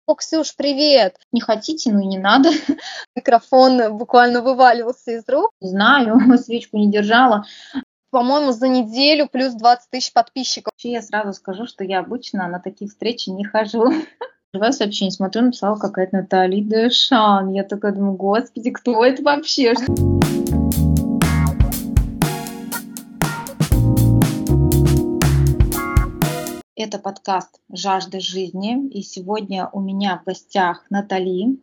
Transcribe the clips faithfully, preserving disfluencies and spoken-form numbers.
О, Ксюш, привет! Не хотите, ну и не надо. Микрофон буквально вываливался из рук. Не знаю, свечку не держала. По-моему, за неделю плюс двадцать тысяч подписчиков. Вообще я сразу скажу, что я обычно на такие встречи не хожу. Живое сообщение смотрю, написала какая-то Натали Дешан. Я такая думаю, господи, кто это вообще? Это подкаст «Жажда жизни», и сегодня у меня в гостях Натали.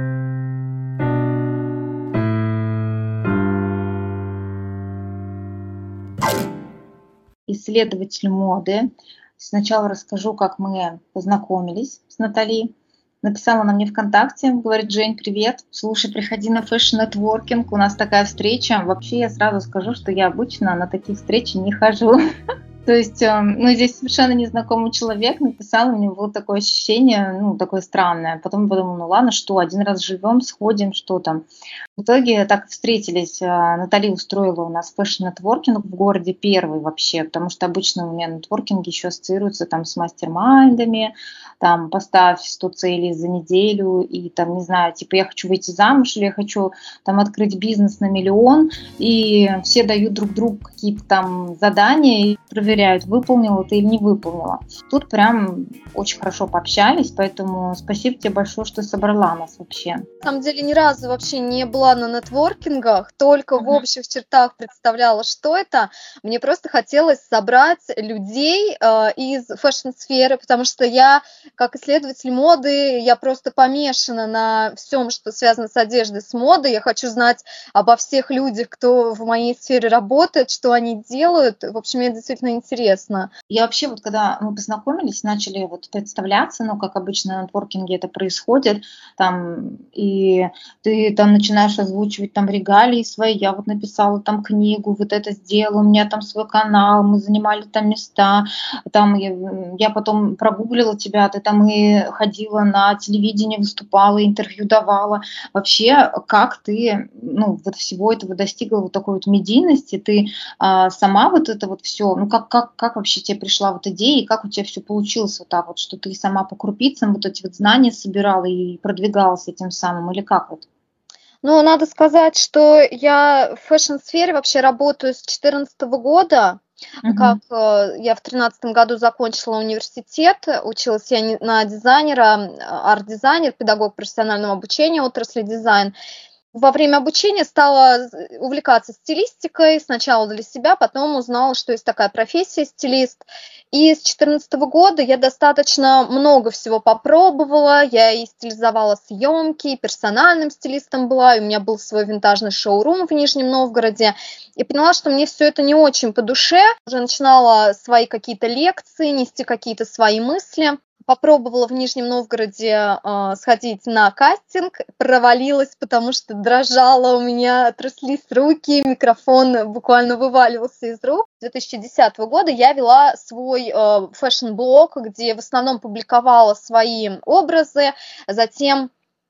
Исследователь моды. Сначала расскажу, как мы познакомились с Натали. Написала она мне ВКонтакте, говорит: Жень, привет, слушай, приходи на фэшн-нетворкинг, у нас такая встреча. Вообще я сразу скажу, что я обычно на такие встречи не хожу. То есть, ну, здесь совершенно незнакомый человек написал, у него было такое ощущение, ну, такое странное. Потом подумала, ну ладно, что, один раз живем, сходим, что там. В итоге так встретились. Натали устроила у нас фэшн-нетворкинг в городе, первый вообще, потому что обычно у меня нетворкинги еще ассоциируются там с мастер-майндами, там поставь сто целей за неделю, и там, не знаю, типа я хочу выйти замуж, или я хочу там открыть бизнес на миллион, и все дают друг другу какие-то там задания и проверяют, выполнила ты или не выполнила. Тут прям очень хорошо пообщались, поэтому спасибо тебе большое, что собрала нас вообще. На самом деле ни разу вообще не была на нетворкингах, только uh-huh. в общих чертах представляла, что это. Мне просто хотелось собрать людей э, из фэшн-сферы, потому что я, как исследователь моды, я просто помешана на всем, что связано с одеждой, с модой. Я хочу знать обо всех людях, кто в моей сфере работает, что они делают. В общем, мне действительно интересно. Я вообще вот, когда мы познакомились, начали вот представляться, ну, как обычно на нетворкинге это происходит, там, и ты там начинаешь озвучивать там регалии свои, я вот написала там книгу, вот это сделала, у меня там свой канал, мы занимали там места, там я, я потом прогуглила тебя, ты там и ходила на телевидение, выступала, интервью давала. Вообще, как ты, ну, вот всего этого достигла вот такой вот медийности, ты а, сама вот это вот все, ну, как, как, как вообще тебе пришла вот идея, и как у тебя все получилось вот так вот, что ты сама по крупицам вот эти вот знания собирала и продвигалась этим самым, или как вот? Ну, надо сказать, что я в фэшн-сфере вообще работаю с две тысячи четырнадцатого года. Uh-huh. Как э, я в тринадцатом году закончила университет, училась я на дизайнера, арт-дизайнер, педагог профессионального обучения, отрасли дизайн. Во время обучения стала увлекаться стилистикой, сначала для себя, потом узнала, что есть такая профессия стилист. И с две тысячи четырнадцатого года я достаточно много всего попробовала, я и стилизовала съемки, и персональным стилистом была, и у меня был свой винтажный шоурум в Нижнем Новгороде. И поняла, что мне все это не очень по душе, уже начинала свои какие-то лекции, нести какие-то свои мысли. Попробовала в Нижнем Новгороде э, сходить на кастинг, провалилась, потому что дрожала, у меня тряслись руки, микрофон буквально вываливался из рук. С две тысячи десятого года я вела свой э, фэшн-блог, где в основном публиковала свои образы, затем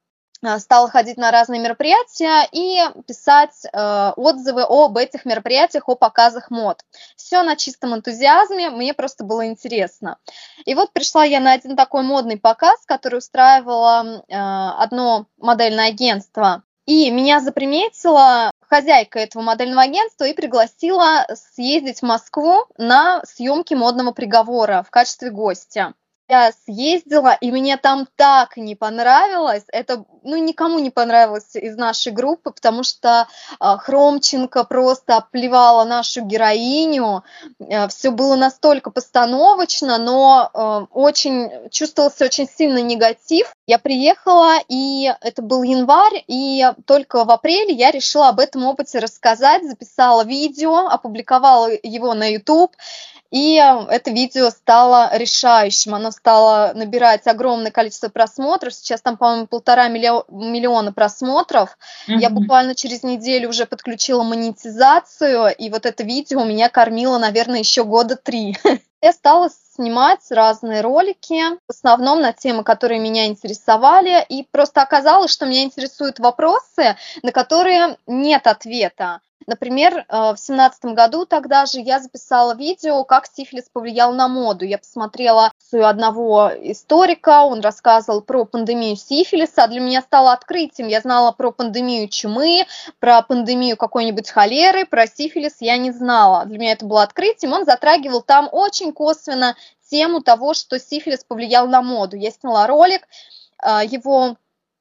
стала ходить на разные мероприятия и писать э, отзывы об этих мероприятиях, о показах мод. Все на чистом энтузиазме, мне просто было интересно. И вот пришла я на один такой модный показ, который устраивало э, одно модельное агентство. И меня заприметила хозяйка этого модельного агентства и пригласила съездить в Москву на съемки модного приговора в качестве гостя. Я съездила, и мне там так не понравилось, это, ну, никому не понравилось из нашей группы, потому что э, Хромченко просто обплевала нашу героиню, э, все было настолько постановочно, но э, очень, чувствовался очень сильный негатив. Я приехала, и это был январь, и только в апреле я решила об этом опыте рассказать, записала видео, опубликовала его на YouTube. И это видео стало решающим, оно стало набирать огромное количество просмотров, сейчас там, по-моему, полтора миллиона просмотров, mm-hmm. Я буквально через неделю уже подключила монетизацию, и вот это видео меня кормило, наверное, еще года три. Я стала снимать разные ролики, в основном на темы, которые меня интересовали, и просто оказалось, что меня интересуют вопросы, на которые нет ответа. Например, в семнадцатом году тогда же я записала видео, как сифилис повлиял на моду. Я посмотрела у одного историка, он рассказывал про пандемию сифилиса. Для меня стало открытием. Я знала про пандемию чумы, про пандемию какой-нибудь холеры, про сифилис я не знала. Для меня это было открытием. Он затрагивал там очень косвенно тему того, что сифилис повлиял на моду. Я сняла ролик, его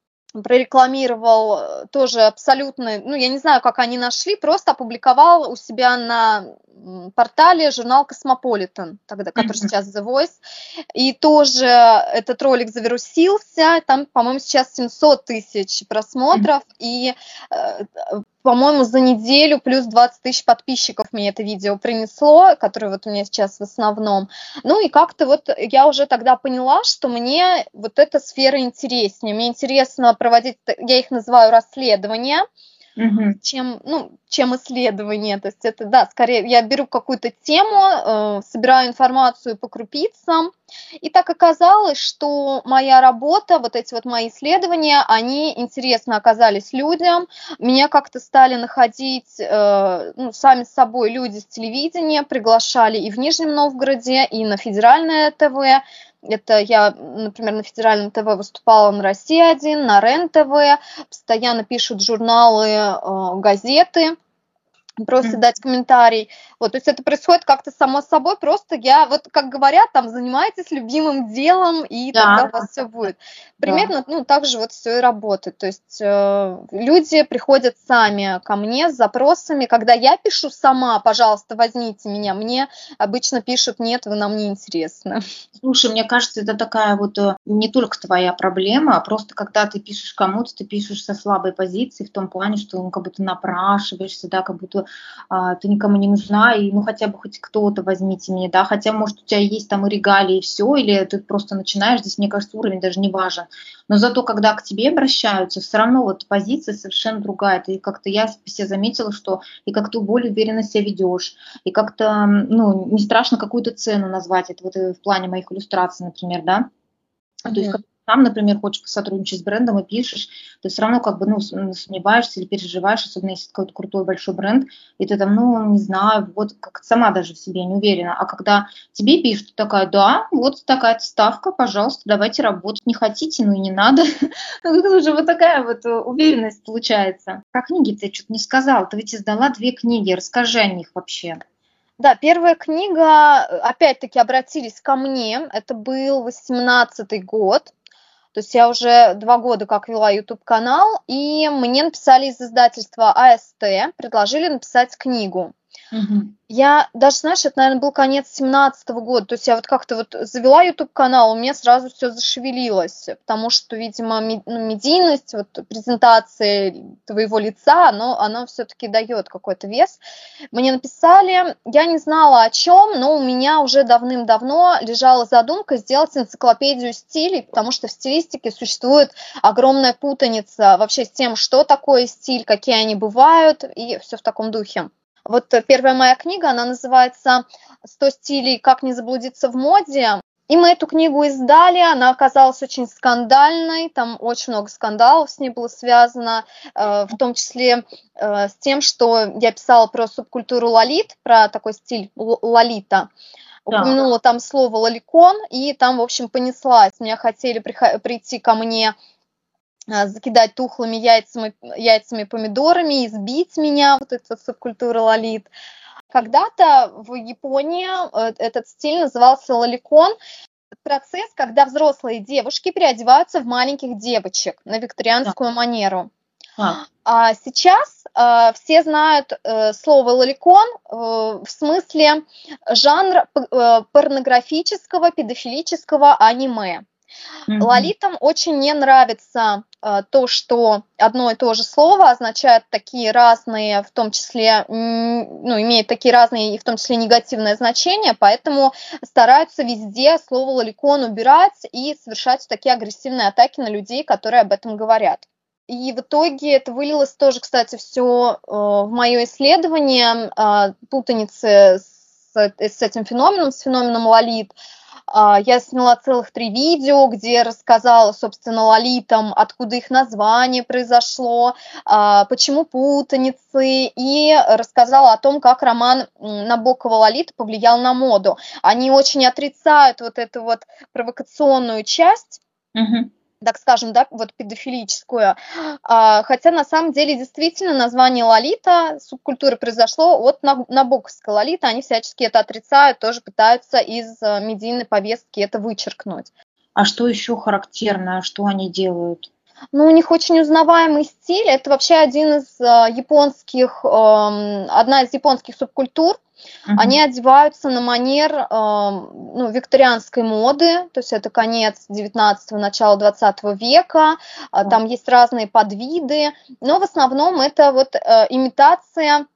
прорекламировал тоже абсолютно, ну, я не знаю, как они нашли, просто опубликовал у себя на портале журнал Cosmopolitan, тогда, который mm-hmm. сейчас The Voice, и тоже этот ролик завирусился, там, по-моему, сейчас семьсот тысяч просмотров, mm-hmm. и, по-моему, за неделю плюс двадцать тысяч подписчиков мне это видео принесло, которое вот у меня сейчас в основном. Ну и как-то вот я уже тогда поняла, что мне вот эта сфера интереснее. Мне интересно проводить, я их называю расследования, mm-hmm. чем, ну, чем исследование. То есть это, да, скорее я беру какую-то тему, э, собираю информацию по крупицам, и так оказалось, что моя работа, вот эти вот мои исследования, они интересно оказались людям. Меня как-то стали находить э, ну, сами с собой люди с телевидения, приглашали и в Нижнем Новгороде, и на федеральное ТВ. Это я, например, на федеральном ТВ выступала на Россия один, на РЕН-ТВ, постоянно пишут журналы, э, газеты, просят mm-hmm. дать комментарий. Вот, то есть это происходит как-то само собой, просто я, вот как говорят, там, занимайтесь любимым делом, и да, тогда у вас все будет. Примерно, да. ну, так же вот все и работает. То есть э, люди приходят сами ко мне с запросами. Когда я пишу сама, пожалуйста, возьмите меня, мне обычно пишут, нет, вы нам не интересны. Слушай, мне кажется, это такая вот не только твоя проблема, а просто когда ты пишешь кому-то, ты пишешь со слабой позиции, в том плане, что ну, как будто напрашиваешься, да, как будто а, ты никому не нужна, и ну хотя бы хоть кто-то возьмите меня, да, хотя, может, у тебя есть там и регалии, и все, или ты просто начинаешь, здесь, мне кажется, уровень даже не важен. Но зато, когда к тебе обращаются, все равно вот позиция совершенно другая. Ты как-то, я себе заметила, что и как-то более уверенно себя ведешь, и как-то, ну, не страшно какую-то цену назвать, это вот в плане моих иллюстраций, например, да. Mm-hmm. То есть, как сам, например, хочешь посотрудничать с брендом и пишешь, ты все равно как бы, ну, сомневаешься или переживаешь, особенно если какой-то крутой большой бренд, и ты там, ну, не знаю, вот как сама даже в себе не уверена. А когда тебе пишут, ты такая, да, вот такая ставка, пожалуйста, давайте работать. Не хотите, ну и не надо. Ну, это уже вот такая вот уверенность получается. Про книги ты что-то не сказала, ты ведь издала две книги, расскажи о них вообще. Да, первая книга, опять-таки, обратились ко мне, это был восемнадцатый год. То есть я уже два года как вела YouTube-канал, и мне написали из издательства АСТ, предложили написать книгу. Угу. Я даже, знаешь, это, наверное, был конец семнадцатого года, то есть я вот как-то вот завела YouTube-канал, у меня сразу все зашевелилось, потому что, видимо, медийность, вот презентация твоего лица, оно, оно все-таки дает какой-то вес. Мне написали, я не знала о чем, но у меня уже давным-давно лежала задумка сделать энциклопедию стилей, потому что в стилистике существует огромная путаница вообще с тем, что такое стиль, какие они бывают, и все в таком духе. Вот первая моя книга, она называется «сто стилей. Как не заблудиться в моде». И мы эту книгу издали, она оказалась очень скандальной, там очень много скандалов с ней было связано, в том числе с тем, что я писала про субкультуру лолит, про такой стиль лолита. Упомянула там слово лоликон, и там, в общем, понеслась. Меня хотели прийти ко мне, закидать тухлыми яйцами, яйцами, помидорами, избить меня, вот эта субкультура лолит. Когда-то в Японии этот стиль назывался лоликон. Процесс, когда взрослые девушки переодеваются в маленьких девочек на викторианскую да. манеру. А. А сейчас э, все знают э, слово лоликон э, в смысле жанр э, порнографического, педофилического аниме. Mm-hmm. Лолитам очень не нравится э, то, что одно и то же слово означает такие разные, в том числе, ну, имеет такие разные, и в том числе негативное значение, поэтому стараются везде слово лоликон убирать и совершать такие агрессивные атаки на людей, которые об этом говорят. И в итоге это вылилось тоже, кстати, все э, в мое исследование э, путаницы с, с этим феноменом, с феноменом лолит. Я сняла целых три видео, где рассказала, собственно, лолитам, откуда их название произошло, почему путаницы, и рассказала о том, как роман Набокова «Лолита» повлиял на моду. Они очень отрицают вот эту вот провокационную часть, Мгм. так скажем, да, вот педофилическую, а, хотя на самом деле действительно название «Лолита» субкультуры произошло от Наб- набоковской «Лолиты», они всячески это отрицают, тоже пытаются из э, медийной повестки это вычеркнуть. А что еще характерно, что они делают? Ну, у них очень узнаваемый стиль, это вообще один из э, японских, эм, одна из японских субкультур. Мгм. Они одеваются на манер э, ну, викторианской моды, то есть это конец девятнадцатого, начало двадцатого века, э, Да. там есть разные подвиды, но в основном это вот э, имитация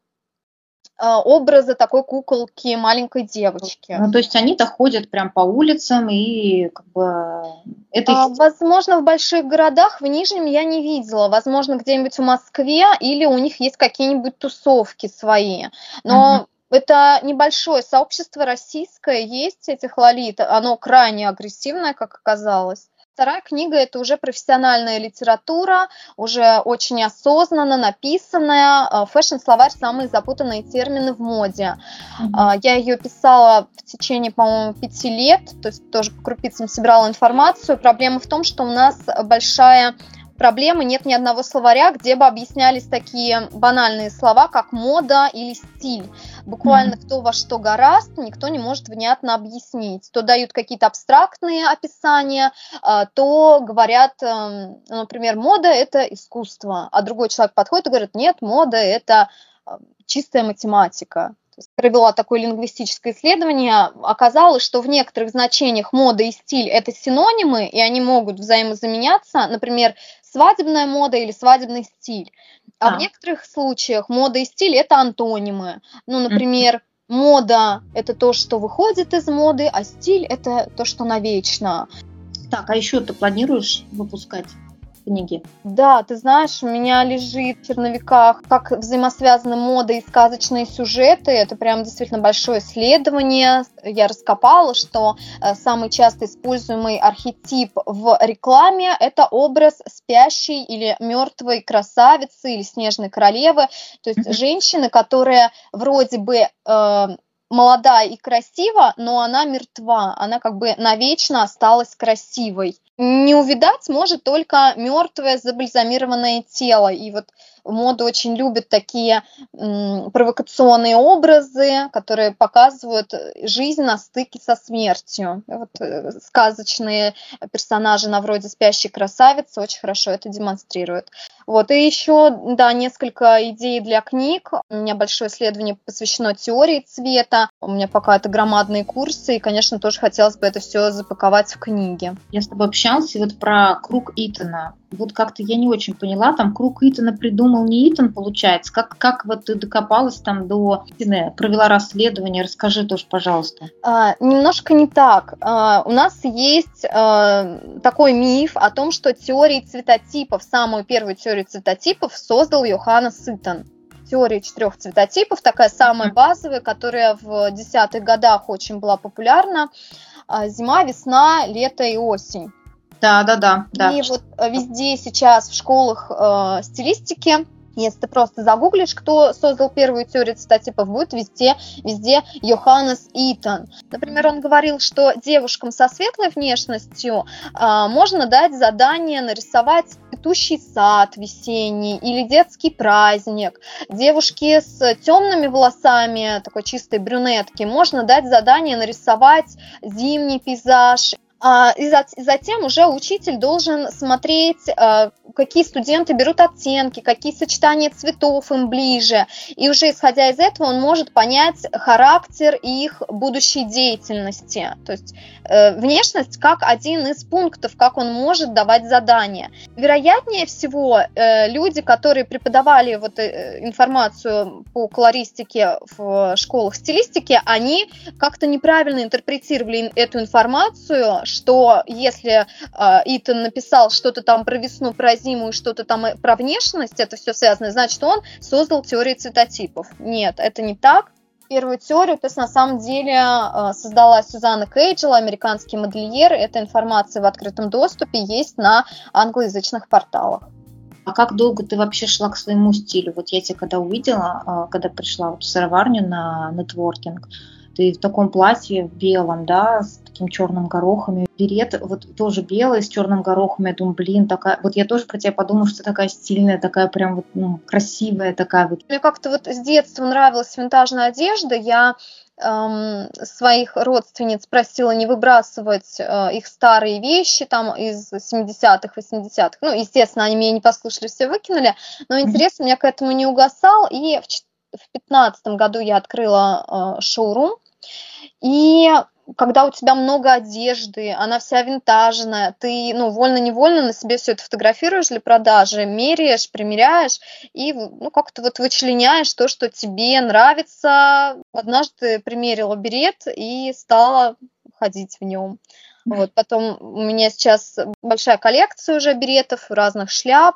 э, образа такой куколки, маленькой девочки. Ну, то есть они-то ходят прям по улицам, и как бы это их А, стиль. Возможно, в больших городах, в Нижнем я не видела. Возможно, где-нибудь в Москве или у них есть какие-нибудь тусовки свои. Мгм. Но это небольшое сообщество российское, есть этих лолит. Оно крайне агрессивное, как оказалось. Вторая книга – это уже профессиональная литература, уже очень осознанно написанная. а, Фэшн-словарь «Самые запутанные термины в моде». Мгм. А, Я ее писала в течение, по-моему, пяти лет, то есть тоже по крупицам собирала информацию. Проблема в том, что у нас большая проблема, нет ни одного словаря, где бы объяснялись такие банальные слова, как мода или стиль. Буквально Мгм. кто во что горазд, никто не может внятно объяснить. То дают какие-то абстрактные описания, а, то говорят, эм, ну, например, мода – это искусство, а другой человек подходит и говорит, нет, мода – это а, чистая математика. То есть провела такое лингвистическое исследование, оказалось, что в некоторых значениях мода и стиль – это синонимы, и они могут взаимозаменяться, например, свадебная мода или свадебный стиль. А в Так. некоторых случаях мода и стиль – это антонимы. Ну, Мгм. например, мода – это то, что выходит из моды, а стиль – это то, что навечно. Так, а еще ты планируешь выпускать книги? Да, ты знаешь, у меня лежит в черновиках, как взаимосвязаны мода и сказочные сюжеты. Это прям действительно большое исследование. Я раскопала, что э, самый часто используемый архетип в рекламе – это образ спящей или мертвой красавицы или снежной королевы. То есть Мгм. женщины, которая вроде бы э, молодая и красива, но она мертва, она как бы навечно осталась красивой. Не увидать может только мертвое забальзамированное тело. И вот мода очень любит такие м, провокационные образы, которые показывают жизнь на стыке со смертью. И вот, э, сказочные персонажи на вроде спящей красавицы очень хорошо это демонстрируют. Вот. И еще, да, несколько идей для книг. У меня большое исследование посвящено теории цвета. У меня пока это громадные курсы, и, конечно, тоже хотелось бы это все запаковать в книги. Я с тобой общался и вот про круг Итана. Вот как-то я не очень поняла, там круг Итана придумал не Итан, получается. Как, как вот ты докопалась там до истины, провела расследование? Расскажи тоже, пожалуйста. А, немножко не так. А, у нас есть а, такой миф о том, что теории цветотипов, самую первую теорию цветотипов создал Йоханнес Итан. Теория четырех цветотипов, такая самая базовая, которая в десятых годах очень была популярна. А, зима, весна, лето и осень. Да, да, да, да. И вот э, везде сейчас в школах э, стилистики, если ты просто загуглишь, кто создал первую теорию цветотипов, будет везде, везде Йоханнес Итан. Например, он говорил, что девушкам со светлой внешностью э, можно дать задание нарисовать цветущий сад весенний или детский праздник. Девушке с темными волосами, такой чистой брюнетки, можно дать задание нарисовать зимний пейзаж. И затем уже учитель должен смотреть, какие студенты берут оттенки, какие сочетания цветов им ближе. И уже исходя из этого он может понять характер их будущей деятельности. То есть внешность как один из пунктов, как он может давать задания. Вероятнее всего, люди, которые преподавали вот информацию по колористике в школах стилистики, они как-то неправильно интерпретировали эту информацию, что если э, Итан написал что-то там про весну, про зиму и что-то там про внешность, это все связано, значит, он создал теорию цветотипов. Нет, это не так. первую теорию, то есть на самом деле э, создала Сюзанна Кейджел, американский модельер. Эта информация в открытом доступе есть на англоязычных порталах. А как долго ты вообще шла к своему стилю? Вот я тебя когда увидела, когда пришла вот в сыроварню на нетворкинг, ты в таком платье в белом, да, с таким черным горохом, берет вот тоже белый с черным горохом. Я думаю, блин, такая. Вот я тоже про тебя подумала, что такая стильная, такая прям вот, ну, красивая такая вот. Мне как-то вот с детства нравилась винтажная одежда. Я эм, своих родственниц просила не выбрасывать э, их старые вещи там из семидесятых, восьмидесятых. Ну, естественно, они меня не послушали, все выкинули. Но интерес у меня к этому не угасал. И в пятнадцатом году я открыла э, шоурум. И когда у тебя много одежды, она вся винтажная, ты, ну, вольно-невольно на себе все это фотографируешь для продажи, меряешь, примеряешь и, ну, как-то вот вычленяешь то, что тебе нравится. Однажды примерила берет и стала ходить в нем. Вот, потом у меня сейчас большая коллекция уже беретов, разных шляп,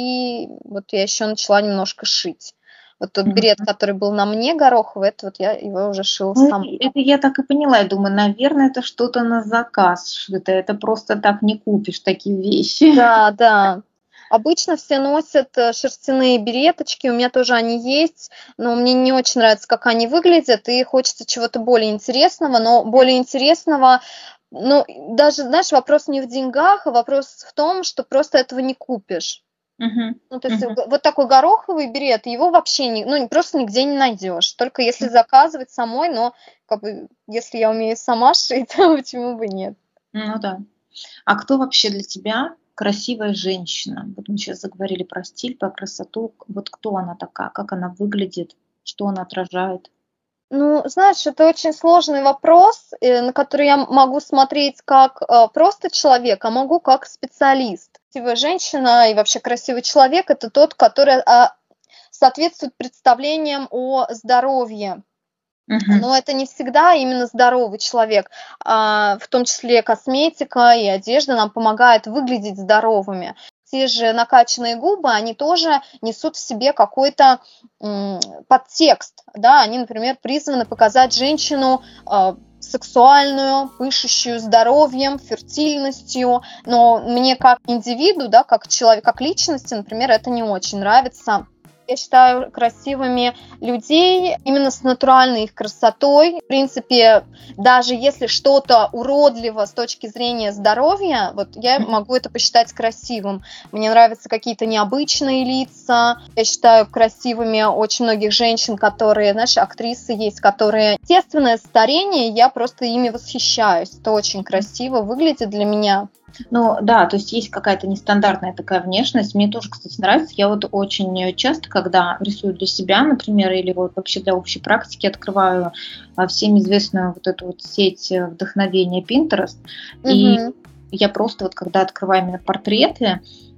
и вот я еще начала немножко шить. Вот тот берет, который был на мне гороховый, это вот я его уже шила Ну, сама. это я так и поняла. Я думаю, наверное, это что-то на заказ шито. Это просто так не купишь такие вещи. Да, да. Обычно все носят шерстяные береточки, у меня тоже они есть, но мне не очень нравится, как они выглядят, и хочется чего-то более интересного, но более интересного, ну, даже, знаешь, вопрос не в деньгах, а вопрос в том, что просто этого не купишь. Мгм. Ну, то есть Мгм. вот такой гороховый берет, его вообще не, ну, просто нигде не найдешь. Только если заказывать самой, но как бы, если я умею сама шить, то почему бы нет? Ну да. А кто вообще для тебя красивая женщина? Вот мы сейчас заговорили про стиль, про красоту. Вот кто она такая? Как она выглядит? Что она отражает? Ну, знаешь, это очень сложный вопрос, э, на который я могу смотреть как э, просто человек, а могу как специалист. Красивая женщина и вообще красивый человек – это тот, который а, соответствует представлениям о здоровье. Мгм. Но это не всегда именно здоровый человек, а, в том числе косметика и одежда нам помогают выглядеть здоровыми. Те же накачанные губы, они тоже несут в себе какой-то м, подтекст, да, они, например, призваны показать женщину а, сексуальную, пышущую здоровьем, фертильностью, но мне как индивиду, да, как человек, как личности, например, это не очень нравится. Я считаю красивыми людей именно с натуральной их красотой. В принципе, даже если что-то уродливо с точки зрения здоровья, вот я могу это посчитать красивым. Мне нравятся какие-то необычные лица. Я считаю красивыми очень многих женщин, которые, знаешь, актрисы есть, которые... Естественное старение, я просто ими восхищаюсь. Это очень красиво выглядит для меня. Ну да, то есть есть какая-то нестандартная такая внешность. Мне тоже, кстати, нравится. Я вот очень часто, когда рисую для себя, например, или вот вообще для общей практики, открываю а, всем известную вот эту вот сеть вдохновения Pinterest. И Мгм. я просто вот когда открываю именно портреты,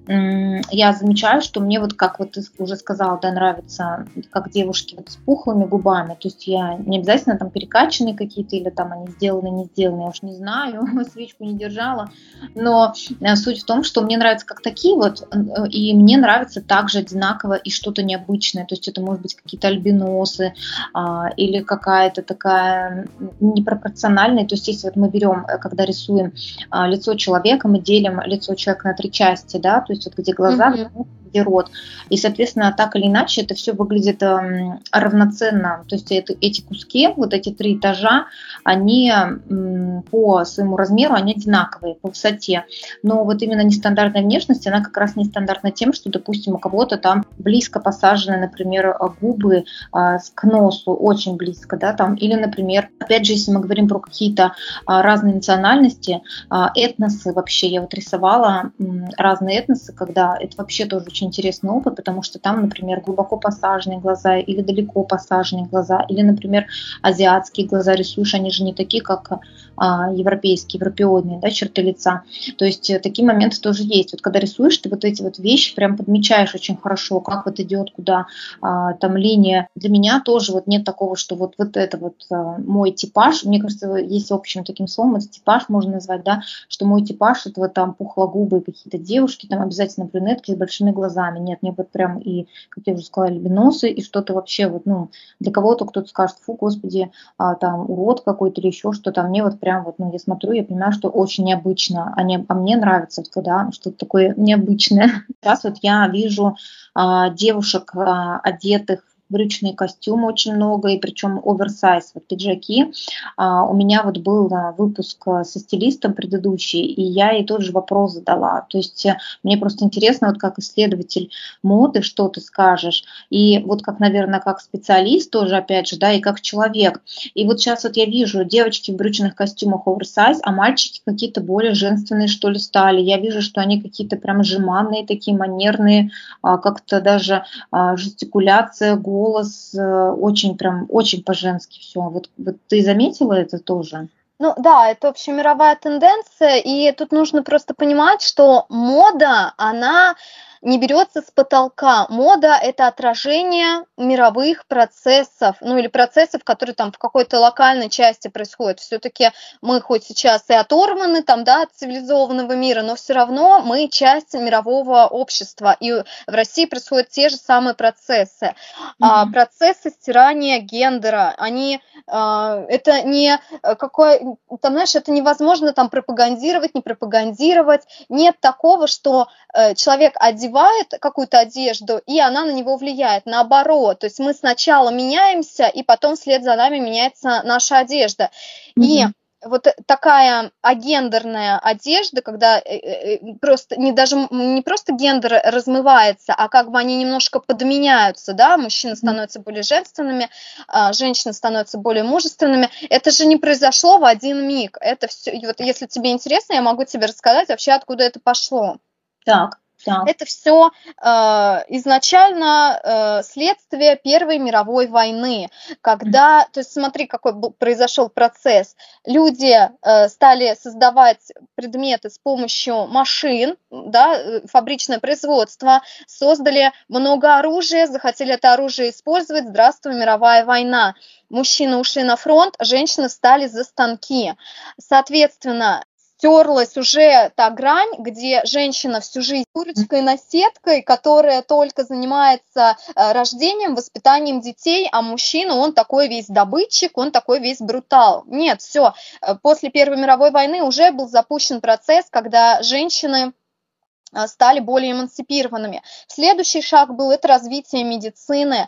м, я замечаю, что мне вот, как вот ты уже сказала, да, нравится, как девушки вот с пухлыми губами. То есть я не обязательно там перекачанные какие-то или там они сделаны, не сделаны, я уж не знаю, свечку не держала. Но э, суть в том, что мне нравится как такие вот, э, и мне нравится также одинаково и что-то необычное. То есть это может быть какие-то альбиносы а, или какая-то такая непропорциональная. То есть если вот мы берем, э, когда рисуем а, лицо человека, мы делим лицо человека на три части, да, то есть вот где глаза, Мгм. где рот. И, соответственно, так или иначе это все выглядит эм, равноценно. То есть это, эти куски, вот эти три этажа, они м, по своему размеру, они одинаковые по высоте. Но вот именно нестандартная внешность, она как раз нестандартна тем, что, допустим, у кого-то там близко посажены, например, губы а, к носу, очень близко, да, там, или, например, опять же, если мы говорим про какие-то а, разные национальности, а, этносы вообще, я вот рисовала м, разные этносы, когда это вообще тоже очень интересный опыт, потому что там, например, глубоко посаженные глаза или далеко посаженные глаза, или, например, азиатские глаза рисуешь, они же не такие, как а, европейские, европеоидные, да, черты лица. То есть э, такие моменты тоже есть. Вот когда рисуешь, ты вот эти вот вещи прям подмечаешь очень хорошо, как вот идет, куда а, там линия. Для меня тоже вот нет такого, что вот, вот это вот а, мой типаж. Мне кажется, есть общим таким словом, это типаж можно назвать, да, что мой типаж это вот там пухлогубые какие-то девушки, там обязательно брюнетки с большими глазами. Нет, мне вот прям и, как я уже сказала, альбиносы, и что-то вообще вот, ну, для кого-то кто-то скажет, фу, господи, а, там урод какой-то или еще что-то. А мне вот прям вот, ну, я смотрю, я понимаю, что очень необычно, а, не, а мне нравится, вот, когда что-то такое необычное. Сейчас вот я вижу а, девушек, а, одетых в брючные костюмы очень много, и причем оверсайз, вот пиджаки. А, у меня вот был а, выпуск а, со стилистом предыдущий, и я ей тот же вопрос задала. То есть э, мне просто интересно, вот как исследователь моды, что ты скажешь, и вот как, наверное, как специалист тоже, опять же, да, и как человек. И вот сейчас вот я вижу девочки в брючных костюмах оверсайз, а мальчики какие-то более женственные, что ли, стали. Я вижу, что они какие-то прям жеманные, такие манерные, а, как-то даже а, жестикуляция, голос, э, очень прям, очень по-женски все. Вот, вот ты заметила это тоже? Ну да, это общемировая тенденция, и тут нужно просто понимать, что мода, она не берется с потолка. Мода – это отражение мировых процессов, ну или процессов, которые там в какой-то локальной части происходят. Все-таки мы хоть сейчас и оторваны там, да, от цивилизованного мира, но все равно мы часть мирового общества, и в России происходят те же самые процессы. Mm-hmm. А, процессы стирания гендера, они, а, это не какой, там, знаешь, это невозможно там пропагандировать, не пропагандировать. Нет такого, что э, человек одевает какую-то одежду, и она на него влияет. Наоборот, то есть мы сначала меняемся, и потом вслед за нами меняется наша одежда. Mm-hmm. И вот такая агендерная одежда, когда просто не даже не просто гендер размывается, а как бы они немножко подменяются, да, мужчины становятся более женственными, женщины становятся более мужественными. Это же не произошло в один миг. Это все. И вот если тебе интересно, я могу тебе рассказать вообще, откуда это пошло. Так. Да. Это все э, изначально э, следствие Первой мировой войны, когда, то есть смотри, какой был, произошел процесс. Люди э, стали создавать предметы с помощью машин, да, фабричное производство, создали много оружия, захотели это оружие использовать, здравствуй, мировая война. Мужчины ушли на фронт, женщины встали за станки. Соответственно, стерлась уже та грань, где женщина всю жизнь курочкой-наседкой, которая только занимается рождением, воспитанием детей, а мужчина, он такой весь добытчик, он такой весь брутал. Нет, все. После Первой мировой войны уже был запущен процесс, когда женщины стали более эмансипированными. Следующий шаг был это развитие медицины,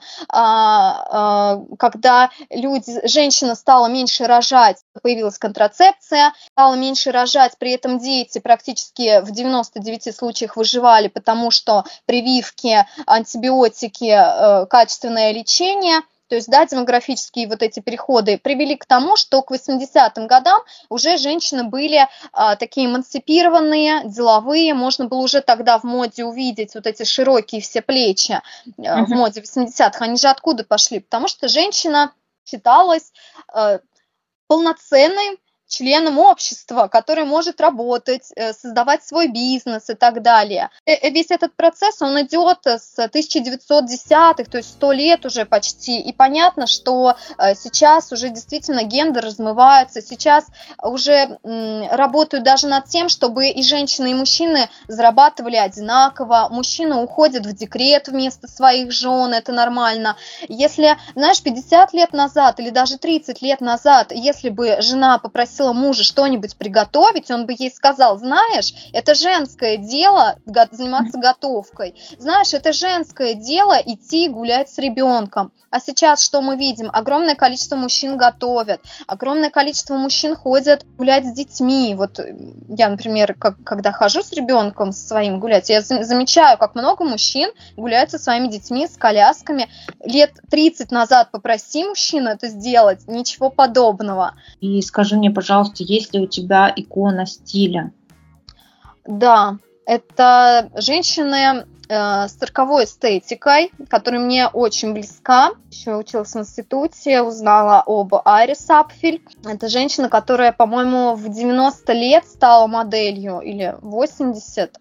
когда люди, женщина стала меньше рожать, появилась контрацепция, стала меньше рожать, при этом дети практически в девяноста девяти случаях выживали, потому что прививки, антибиотики, качественное лечение. То есть, да, демографические вот эти переходы привели к тому, что к восьмидесятым годам уже женщины были а, такие эмансипированные, деловые. Можно было уже тогда в моде увидеть вот эти широкие все плечи а, в моде восьмидесятых. Они же откуда пошли? Потому что женщина считалась а, полноценной членом общества, который может работать, создавать свой бизнес и так далее. Весь этот процесс, он идет с тысяча девятьсот десятых, то есть сто лет уже почти, и понятно, что сейчас уже действительно гендер размывается, сейчас уже работают даже над тем, чтобы и женщины, и мужчины зарабатывали одинаково, мужчины уходят в декрет вместо своих жен, это нормально. Если, знаешь, пятьдесят лет назад или даже тридцать лет назад, если бы жена попросила мужа что-нибудь приготовить, он бы ей сказал: знаешь, это женское дело заниматься готовкой, знаешь, это женское дело идти гулять с ребенком. А сейчас что мы видим? Огромное количество мужчин готовят, огромное количество мужчин ходят гулять с детьми. Вот я, например, как, когда хожу с ребенком своим гулять, я замечаю, как много мужчин гуляют со своими детьми, с колясками. Лет тридцать назад попроси мужчину это сделать, ничего подобного. И скажи мне, пожалуйста, есть ли у тебя икона стиля? Да, Это женщины с цирковой эстетикой, которая мне очень близка. Еще училась в институте, узнала об Айре Сапфель. Это женщина, которая, по-моему, в девяносто лет стала моделью, или восемьдесят.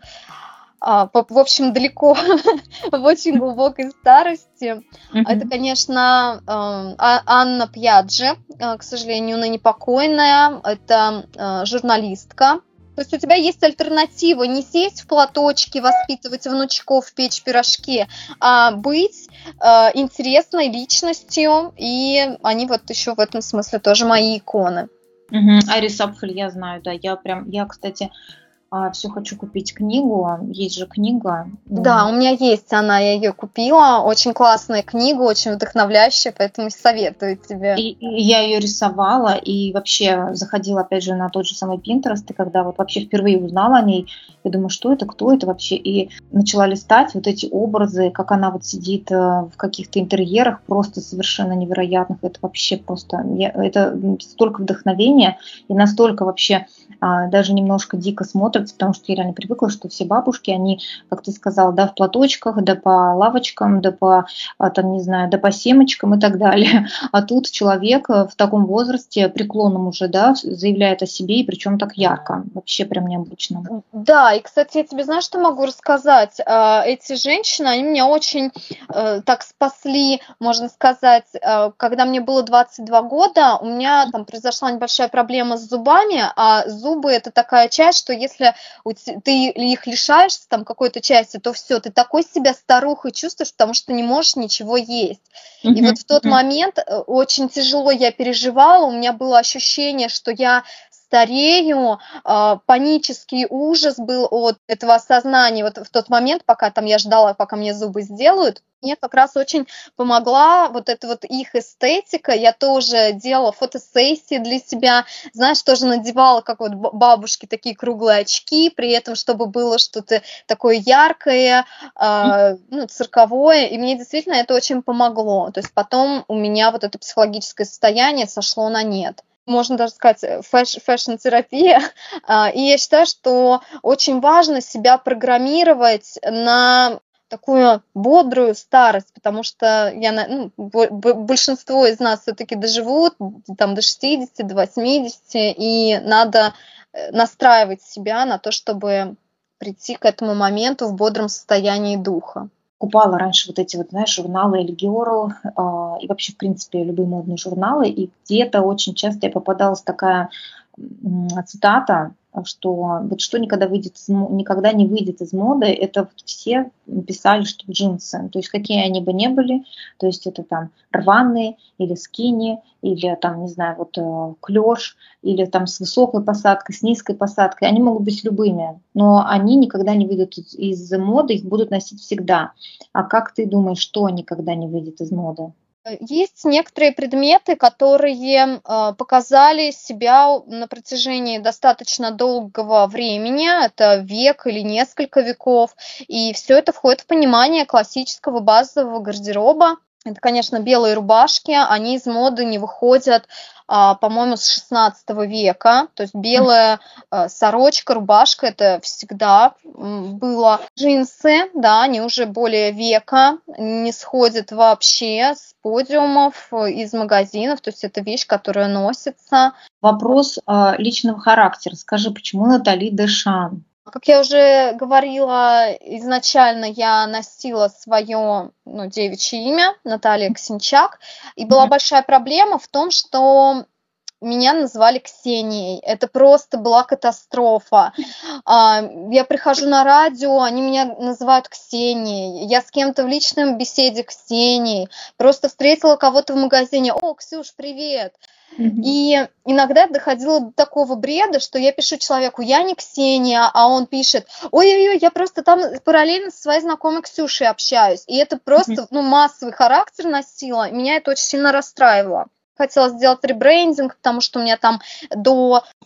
В общем, далеко, в очень глубокой старости. Mm-hmm. Это, конечно, Анна Пьяджи, к сожалению, ныне покойная. Это журналистка. То есть у тебя есть альтернатива не сесть в платочке, воспитывать внучков, печь пирожки, а быть э, интересной личностью, и они вот еще в этом смысле тоже мои иконы. Угу. Айри Сапфель я знаю, да, я прям, я, кстати, все хочу купить книгу, есть же книга. Да, у меня есть она, я ее купила, очень классная книга, очень вдохновляющая, поэтому советую тебе. И, и я ее рисовала, и вообще заходила, опять же, на тот же самый Pinterest, и когда вот вообще впервые узнала о ней, я думаю, что это, кто это вообще, и начала листать вот эти образы, как она вот сидит в каких-то интерьерах, просто совершенно невероятных, это вообще просто, я, это столько вдохновения, и настолько вообще а, даже немножко дико смотрится, потому что я реально привыкла, что все бабушки, они, как ты сказала, да, в платочках, да по лавочкам, да по, там, не знаю, да по семечкам и так далее. А тут человек в таком возрасте, преклонном уже, да, заявляет о себе, и причем так ярко, вообще прям необычно. Да, и, кстати, я тебе, знаешь, что могу рассказать? Эти женщины, они меня очень так спасли, можно сказать, когда мне было двадцать два года, у меня там произошла небольшая проблема с зубами, а зубы это такая часть, что если ты их лишаешься там какой-то части, то все, ты такой себя старухой чувствуешь, потому что не можешь ничего есть. Mm-hmm. И вот в тот mm-hmm. момент очень тяжело я переживала, у меня было ощущение, что я старею, панический ужас был от этого осознания. Вот в тот момент, пока там я ждала, пока мне зубы сделают, мне как раз очень помогла вот эта вот их эстетика. Я тоже делала фотосессии для себя, знаешь, тоже надевала, как вот бабушки, такие круглые очки, при этом, чтобы было что-то такое яркое, э, ну, цирковое, и мне действительно это очень помогло. То есть потом у меня вот это психологическое состояние сошло на нет. Можно даже сказать, фэш, фэшн-терапия. И я считаю, что очень важно себя программировать на такую бодрую старость, потому что я, ну, большинство из нас все-таки доживут там, до шестидесяти, до восьмидесяти, и надо настраивать себя на то, чтобы прийти к этому моменту в бодром состоянии духа. Покупала раньше вот эти вот, знаешь, журналы Эльги Орел э, и вообще, в принципе, любые модные журналы, и где-то очень часто я попадалась такая э, цитата, что вот что никогда, выйдет из, никогда не выйдет из моды, это вот все писали, что джинсы, то есть какие они бы ни были, то есть это там рваные или скини, или там, не знаю, вот э, клеш, или там с высокой посадкой, с низкой посадкой, они могут быть любыми, но они никогда не выйдут из, из моды, их будут носить всегда. А как ты думаешь, что никогда не выйдет из моды? Есть некоторые предметы, которые э, показали себя на протяжении достаточно долгого времени, это век или несколько веков, и все это входит в понимание классического базового гардероба. Это, конечно, белые рубашки, они из моды не выходят, по-моему, с шестнадцатого века. То есть белая сорочка, рубашка, это всегда было. Джинсы, да, они уже более века, не сходят вообще с подиумов, из магазинов. То есть это вещь, которая носится. Вопрос личного характера. Скажи, почему Натали Дешан? Как я уже говорила, изначально я носила свое, ну, девичье имя, Наталья Ксенчак, и была большая проблема в том, что меня называли Ксенией. Это просто была катастрофа. Я прихожу на радио, они меня называют Ксенией. Я с кем-то в личном беседе Ксенией. Просто встретила кого-то в магазине. О, Ксюш, привет! И иногда доходило до такого бреда, что я пишу человеку, я не Ксения, а он пишет, ой-ой-ой, я просто там параллельно со своей знакомой Ксюшей общаюсь. И это просто, ну, массовый характер носило, и меня это очень сильно расстраивало. Хотела сделать ребрендинг, потому что у меня там до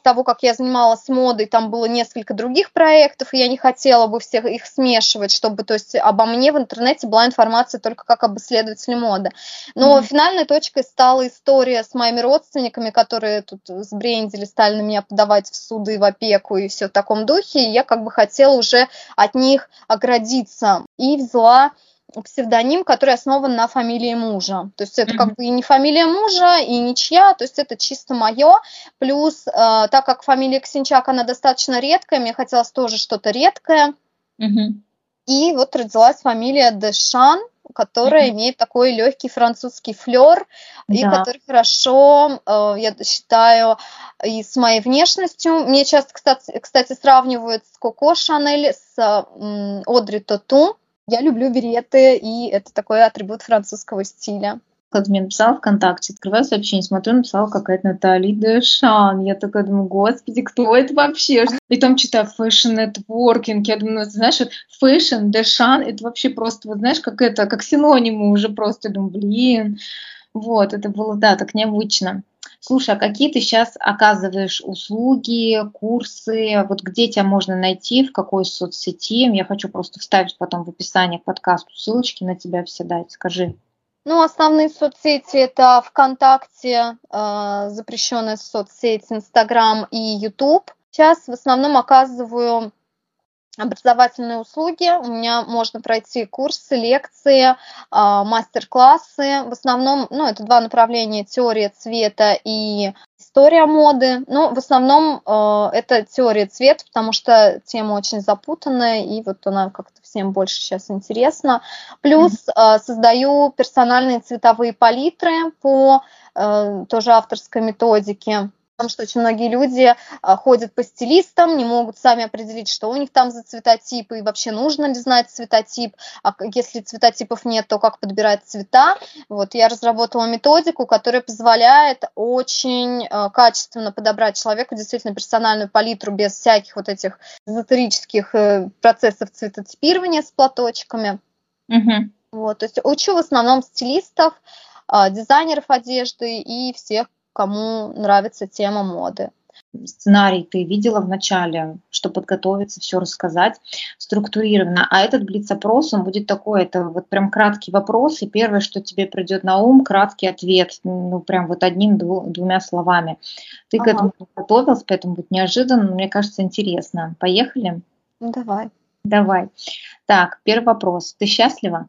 того, как я занималась модой, там было несколько других проектов, и я не хотела бы всех их смешивать, чтобы, то есть, обо мне в интернете была информация только как об исследователе моды. Но mm-hmm. финальной точкой стала история с моими родственниками, которые тут сбрендили, стали на меня подавать в суды, в опеку и все в таком духе, и я как бы хотела уже от них оградиться, и взяла псевдоним, который основан на фамилии мужа. То есть это mm-hmm. как бы и не фамилия мужа, и ничья, то есть это чисто мое. Плюс, э, так как фамилия Ксенчак, она достаточно редкая, мне хотелось тоже что-то редкое. Mm-hmm. И вот родилась фамилия Дешан, которая mm-hmm. имеет такой легкий французский флер, да. И который хорошо, э, я считаю, и с моей внешностью. Мне часто, кстати, кстати сравнивают с Коко Шанель, с э, Одри Тоту. Я люблю береты, и это такой атрибут французского стиля. Когда мне написала ВКонтакте, открываю сообщение, смотрю, написала какая-то Натали Дешан. Я такая думаю, господи, кто это вообще? И там читаю фэшн-нетворкинг. Я думаю, знаешь, вот фэшн, Дешан, это вообще просто, вот знаешь, как это, как синонимы уже просто. Я думаю, блин, вот, это было, да, так необычно. Слушай, а какие ты сейчас оказываешь услуги, курсы? Вот где тебя можно найти, в какой соцсети? Я хочу просто вставить потом в описание к подкасту ссылочки на тебя все дать. Скажи. Ну, основные соцсети – это ВКонтакте, э, запрещенная соцсеть, Инстаграм и Ютуб. Сейчас в основном оказываю образовательные услуги. У меня можно пройти курсы, лекции, мастер-классы. В основном, ну, это два направления: теория цвета и история моды. Но в основном это теория цвета, потому что тема очень запутанная, и вот она как-то всем больше сейчас интересна. Плюс mm-hmm. создаю персональные цветовые палитры по тоже авторской методике. Потому что очень многие люди а, ходят по стилистам, не могут сами определить, что у них там за цветотипы, и вообще нужно ли знать цветотип, а если цветотипов нет, то как подбирать цвета. Вот, я разработала методику, которая позволяет очень а, качественно подобрать человеку действительно персональную палитру без всяких вот этих эзотерических э, процессов цветотипирования с платочками. Mm-hmm. Вот, то есть учу в основном стилистов, а, дизайнеров одежды и всех, кому нравится тема моды. Сценарий ты видела в начале, что подготовиться, все рассказать структурированно. А этот блиц-опрос, он будет такой, это вот прям краткий вопрос, и первое, что тебе придет на ум, краткий ответ, ну прям вот одним-двумя словами. Ты ага. к этому подготовилась, поэтому будет неожиданно, но мне кажется, интересно. Поехали? Давай. Давай. Так, первый вопрос. Ты счастлива?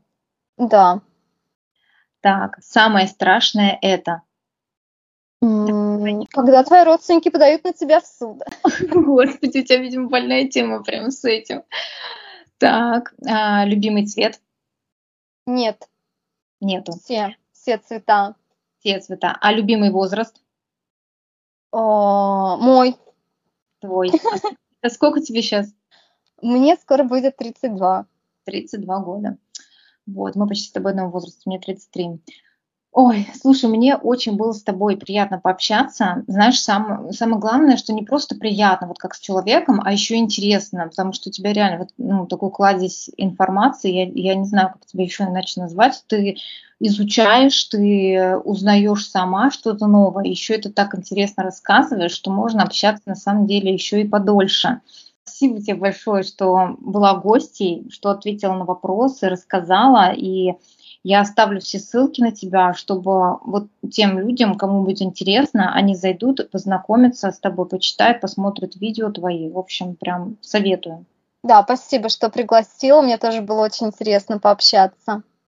Да. Так, самое страшное это? Когда твои родственники подают на тебя в суд. Господи, у тебя, видимо, больная тема прям с этим. Так, а, любимый цвет? Нет. Нету. Все, все цвета. Все цвета. А любимый возраст? О, мой. Твой. А сколько тебе сейчас? Мне скоро будет тридцать два. тридцать два года. Вот, мы почти с тобой одного возраста, мне тридцать три. Ой, слушай, мне очень было с тобой приятно пообщаться. Знаешь, сам, самое главное, что не просто приятно, вот как с человеком, а еще интересно, потому что у тебя реально вот, ну, такой кладезь информации, я, я не знаю, как тебя еще иначе назвать, ты изучаешь, ты узнаешь сама что-то новое, еще это так интересно рассказываешь, что можно общаться на самом деле еще и подольше. Спасибо тебе большое, что была гостьей, что ответила на вопросы, рассказала, и я оставлю все ссылки на тебя, чтобы вот тем людям, кому будет интересно, они зайдут, познакомятся с тобой, почитают, посмотрят видео твои. В общем, прям советую. Да, спасибо, что пригласила. Мне тоже было очень интересно пообщаться.